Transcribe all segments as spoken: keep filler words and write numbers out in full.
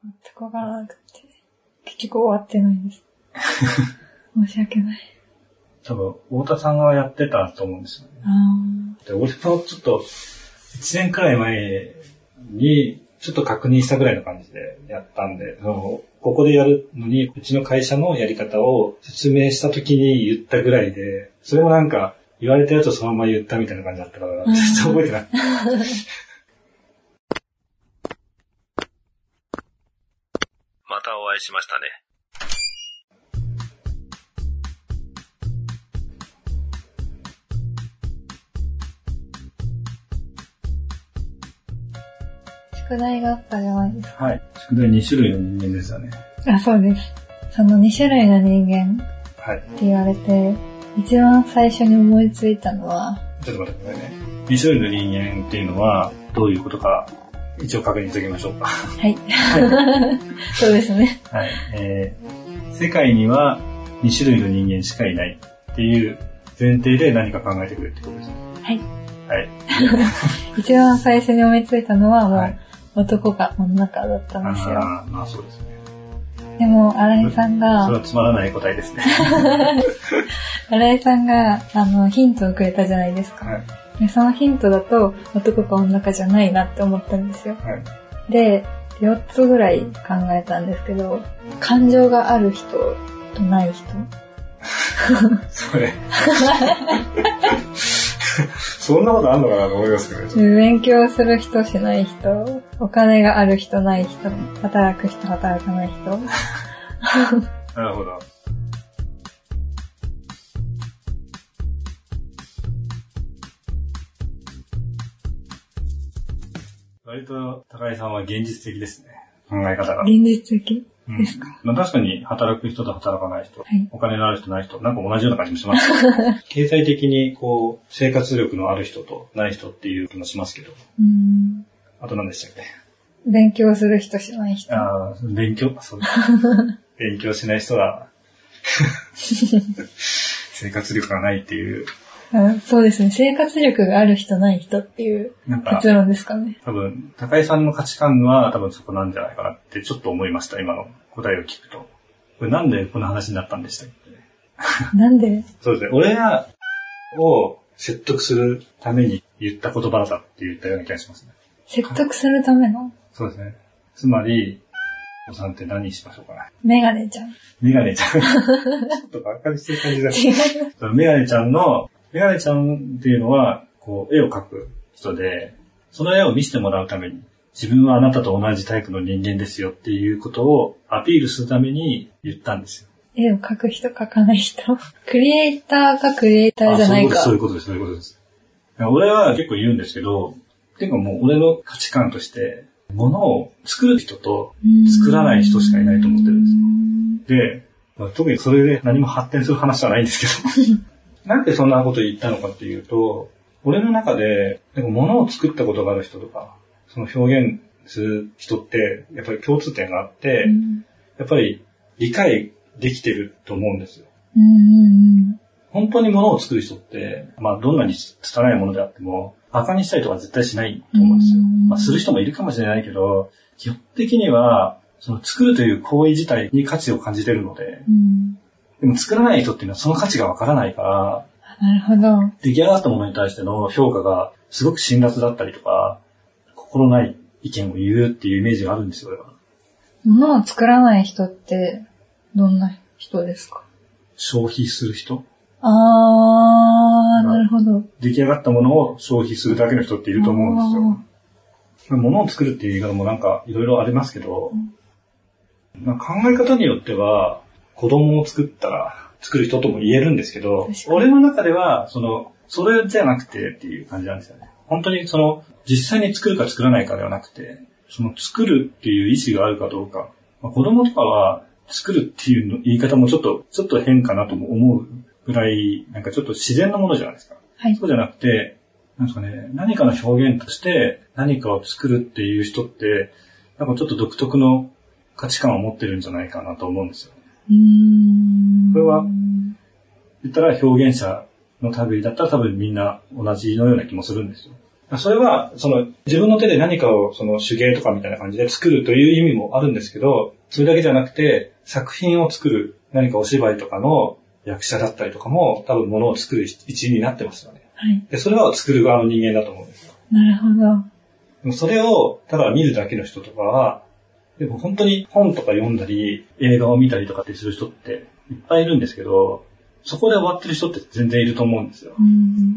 全くわからなくて、結局終わってないんです。申し訳ない。 多分、太田さんがやってたと思うんですよね。あで俺もちょっと、いちねんくらい前に、ちょっと確認したぐらいの感じでやったんで、そのここでやるのに、うちの会社のやり方を説明した時に言ったぐらいで、それもなんか、言われたやつをそのまま言ったみたいな感じだったから、ちょっと覚えてない。 またお会いしましたね。 宿題があったじゃないですか。 はい。宿題に種類の人間ですよね。 あ、そうです。そのに種類の人間って言われて、はい、一番最初に思いついたのは、 ちょっと待ってくださいね。に種類の人間っていうのはどういうことか一応確認しておきましょうか。 はい。はい、そうですね。 はい。えー、世界にはに種類の人間しかいないっていう前提で何か考えてくれってことですね。 はい。 はい。 一番最初に思いついたのはもう、はい、男か女かだったんですよ。 ああ、まあそうですね。 でも、新井さんが、 それはつまらない答えですね。 新井さんが、あの、ヒントをくれたじゃないですか。はい、でそのヒントだと、男か女かじゃないなって思ったんですよ。はい、で、よっつぐらい考えたんですけど、感情がある人とない人。 それ。そんなことあんのかなと思いますけどね。 勉強する人しない人、お金がある人ない人、働く人働かない人。 なるほど。割と高井さんは現実的ですね。考え方が。 現実的ですか、 うん、まあ、確かに働く人と働かない人、はい、お金のある人ない人、なんか同じような感じもしますけど経済的にこう生活力のある人とない人っていう気もしますけど。 うんあと何でしたっけ？ 勉強する人しない人。 ああ、勉強、そう勉強しない人は生活力がないっていう。 あ、そうですね。生活力がある人ない人っていう結論ですかね。 多分、高井さんの価値観は多分そこなんじゃないかなってちょっと思いました、今の答えを聞くと。これなんでこの話になったんでしたっけなんでそうですね。俺らを説得するために言った言葉だったって言ったような気がしますね。 説得するためのそうですね。つまり、おさんって何にしましょうかね。 メガネちゃん。 メガネちゃん。ちょっとばっかりしてる感じだけど。メガネちゃんの、メガネちゃんっていうのは、こう、絵を描く人で、その絵を見せてもらうために、自分はあなたと同じタイプの人間ですよっていうことをアピールするために言ったんですよ。 絵を描く人、描かない人。クリエイターかクリエイターじゃないか。 そういうことです、そういうことです。俺は結構言うんですけど、てかもう俺の価値観として、物を作る人と作らない人しかいないと思ってるんですよ。で、まあ、特にそれで何も発展する話じゃないんですけど、なんでそんなこと言ったのかっていうと、俺の中で、でも物を作ったことがある人とか、その表現する人って、やっぱり共通点があって、うん、やっぱり理解できてると思うんですよ。 うんうんうん、 本当に物を作る人って、まあどんなに拙いものであっても、馬鹿にしたりとか絶対しないと思うんですよ。まあする人もいるかもしれないけど、基本的には、その作るという行為自体に価値を感じてるので、うん、でも作らない人っていうのはその価値がわからないから、 なるほど。 出来上がったものに対しての評価がすごく辛辣だったりとか、心ない意見を言うっていうイメージがあるんですよ、俺は。 物を作らない人ってどんな人ですか？ 消費する人。 あー、なるほど。 出来上がったものを消費するだけの人っていると思うんですよ。物を作るっていう言い方もなんかいろいろありますけど、うん、まあ、考え方によっては子供を作ったら作る人とも言えるんですけど、俺の中ではそのそれじゃなくてっていう感じなんですよね。本当にその実際に作るか作らないかではなくて、その作るっていう意思があるかどうか。まあ、子供とかは作るっていうの言い方もちょっとちょっと変かなとも思うぐらい、なんかちょっと自然なものじゃないですか。 はい、 そうじゃなくて、なんですかね、何かの表現として何かを作るっていう人って、なんかちょっと独特の価値観を持ってるんじゃないかなと思うんですよね。 うーんこれは、言ったら表現者の類だったら多分みんな同じのような気もするんですよ。 それは、その、自分の手で何かを、その手芸とかみたいな感じで作るという意味もあるんですけど、それだけじゃなくて、作品を作る、何かお芝居とかの役者だったりとかも、多分物を作る一員になってますよね。 はい。 で、それは作る側の人間だと思うんですよ。 なるほど。 でもそれを、ただ見るだけの人とかは、でも本当に本とか読んだり、映画を見たりとかってする人っていっぱいいるんですけど、そこで終わってる人って全然いると思うんですよ。 うん、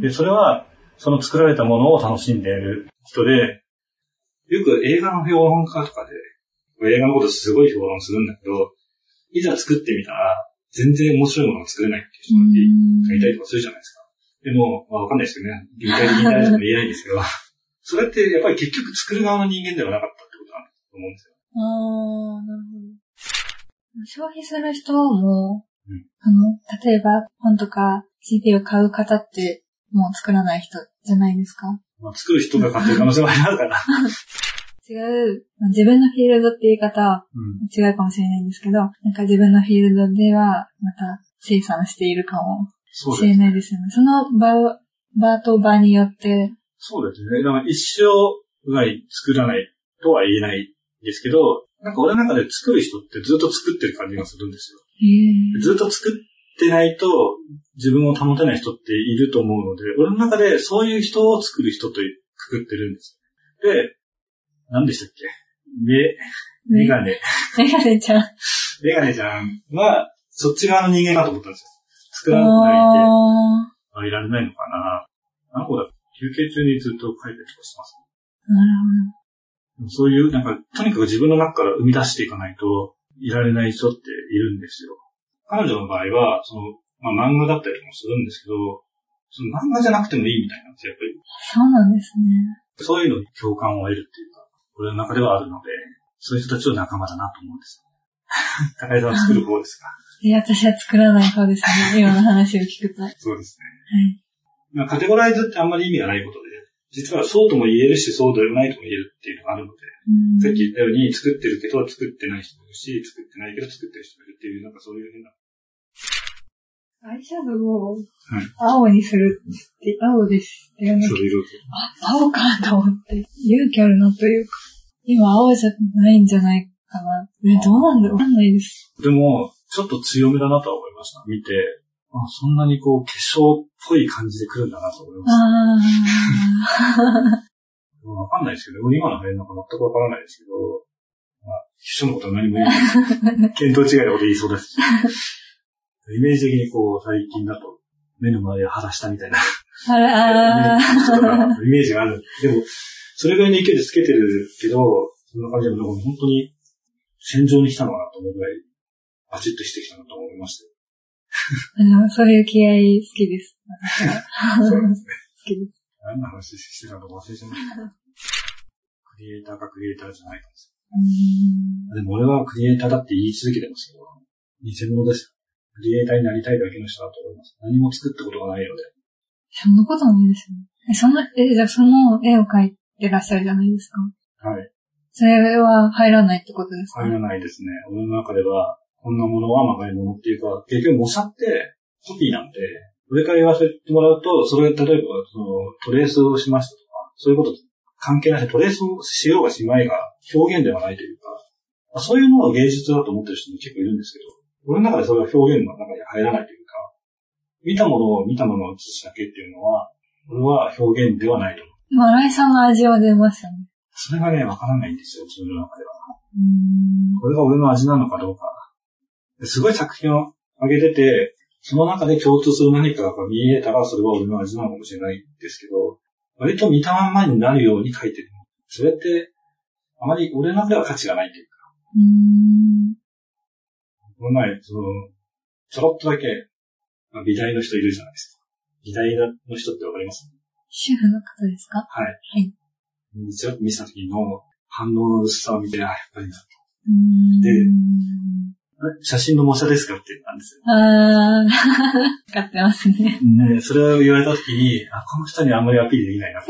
で、それは、その作られたものを楽しんでいる人で、よく映画の評論家とかで、映画のことすごい評論するんだけど、いざ作ってみたら、全然面白いものが作れないっていう人がいたりとかするじゃないですか。でも、まあわかんないですけどね。具体的に誰しも言えないんですけど、それってやっぱり結局作る側の人間ではなかったってことだと思うんですよ。 ああ、なるほど。消費する人も、 うん、 あの、例えば本とか シーディー を買う方って、もう作らない人じゃないですか。 まあ、作る人が買ってる可能性もありますから。 違う、自分のフィールドって言い方は違うかもしれないんですけど、うん、なんか自分のフィールドではまた生産しているかもしれないですよね。その場、場と場によって。 そうですね。だから一生が作らないとは言えないんですけど、なんか俺の中で作る人ってずっと作ってる感じがするんですよ。 へー。 ずっと作ってないと自分を保てない人っていると思うので、俺の中でそういう人を作る人とくくってるんですよ。で、何でしたっけ？メ、メガネ。 メガネちゃん。 メガネちゃんは、そっち側の人間だと思ったんですよ。作らないで、あ、いられないのかな。あの子だ、休憩中にずっと書いたりとかしてます。 なるほど。 そういう、なんか、とにかく自分の中から生み出していかないと、いられない人っているんですよ。彼女の場合は、その、まあ、漫画だったりもするんですけど、その漫画じゃなくてもいいみたいなんですよ、やっぱり。 そうなんですね。 そういうのに共感を得るっていうか、俺の中ではあるので、そういう人たちを仲間だなと思うんです。高井さんは作る方ですか？ いや、私は作らない方ですね。今の話を聞くと。 そうですね。はい。まあ、カテゴライズってあんまり意味がないことで、実はそうとも言えるし、そうでないとも言えるっていうのがあるので、さっき言ったように作ってるけど作ってない人もいるし、作ってないけど作ってる人もいるっていう、なんかそういう変な。 アイシャドウを青にするって、青ですって言わなきゃ。そういう色。あ、青かと思って。勇気あるなというか。今青じゃないんじゃないかな。え、どうなんだろうわかんないです。 でも、ちょっと強めだなとは思いました。見て、あ、そんなにこう化粧っぽい感じで来るんだなと思いました。ああ。わかんないですけど、今の流行りなんか全くわからないですけど、まあ、化粧のことは何も言えない。見当違いなこと言いそうですし。イメージ的にこう、最近だと、目の周りを晴らしたみたいな。 ああ。イメージがある。でも、それぐらいの勢いでつけてるけど、そんな感じで、本当に、戦場に来たのかなと思うぐらい、バチッとしてきたなと思いましたよ。 そういう気合い好きです。 そうですね。 好きです。 何の話してたのか忘れちゃいました。クリエイターかクリエイターじゃないかもしれない。でも俺はクリエイターだって言い続けてますけど、偽物ですよ。クリエイターになりたいだけの人だと思います。何も作ったことがないので。 そんなことないですよね。え、その、え、じゃあその絵を描いてらっしゃるじゃないですか。 はい。 それは入らないってことですか？ 入らないですね。俺の中では、こんなものはまがいものっていうか、結局模写ってコピーなんで、上から言わせてもらうと、それ、例えば、その、トレースをしましたとか、そういうこと関係なし、トレースをしようがしまいが表現ではないというか、そういうのを芸術だと思ってる人も結構いるんですけど、俺の中でそれは表現の中に入らないというか、見たものを見たものを映すだけっていうのは、俺は表現ではないと思う。 新井さんの味は出ますよね。 それがね、わからないんですよ、自分の中では。うーん、これが俺の味なのかどうか。すごい作品を上げてて、その中で共通する何かが見えたら、それは俺の味なのかもしれないんですけど、割と見たまんまになるように書いてる。それって、あまり俺の中では価値がないというか。うーん、この前、その、ちょろっとだけ、美大の人いるじゃないですか。美大の人ってわかります？ 主婦の方ですか？ はい。 はい。 ちょっと見せた時の反応の薄さを見て、あ、やっぱりなと。 うーん、 で、写真の模写ですかって言ったんですよ。 あー、使ってますね。 ね、それを言われた時に、あ、この人にあんまりアピールできないなって。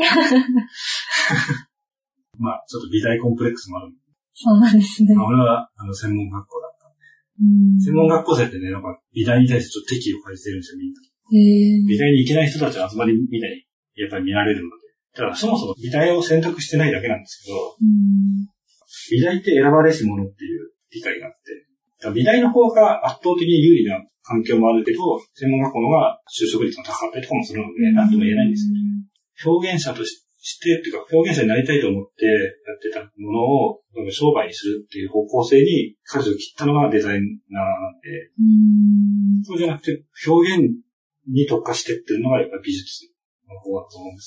まあ、ちょっと美大コンプレックスもある。 そうなんですね。 まあ、俺は、あの、専門学校だったんで。専門学校生ってね、なんか、美大に対してちょっと敵意を感じてるんですよ、みんな。へー。美大に行けない人たちの集まりみたいに、やっぱり見られるので。 だからそもそも美大を選択してないだけなんですけど、 うん、 美大って選ばれし者っていう理解があって、美大の方が圧倒的に有利な環境もあるけど、専門学校の方が就職率が高かったりとかもするので、なんとも言えないんですよ。表現者として、っていうか表現者になりたいと思ってやってたものを商売にするっていう方向性に舵を切ったのがデザイナーなんで、うん、そうじゃなくて表現に特化してっていうのがやっぱり美術の方だと思うんです。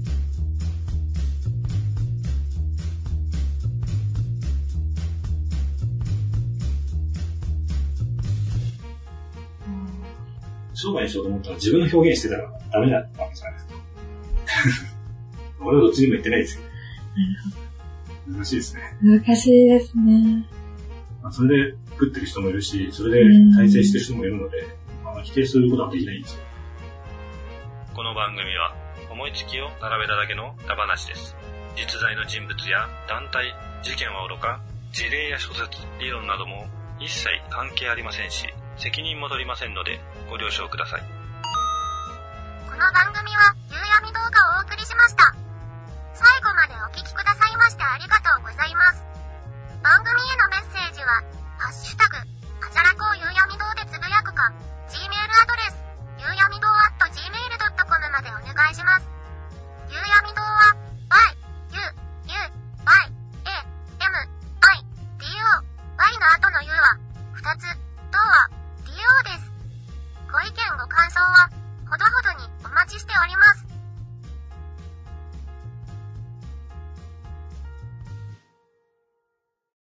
商売にしようと思ったら自分の表現してたらダメだったわけじゃないですか。俺はどっちにも言ってないですよ。難しいですね。 難しいですね。 まあ、それで食ってる人もいるし、それで大成してる人もいるので、まあ、否定することはできないんですよ。 この番組は思いつきを並べただけのダ話です。実在の人物や団体、事件はおろか、事例や諸説、理論なども一切関係ありませんし、責任も取りませんのでご了承ください。 この番組は夕闇動画をお送りしました。最後までお聞きくださいましてありがとうございます。番組へのメッセージはハッシュタグあじゃらこ夕闇堂でつぶやくか Gmail アドレス夕闇堂 アット ジーメール ドットコム までお願いします。夕闇堂は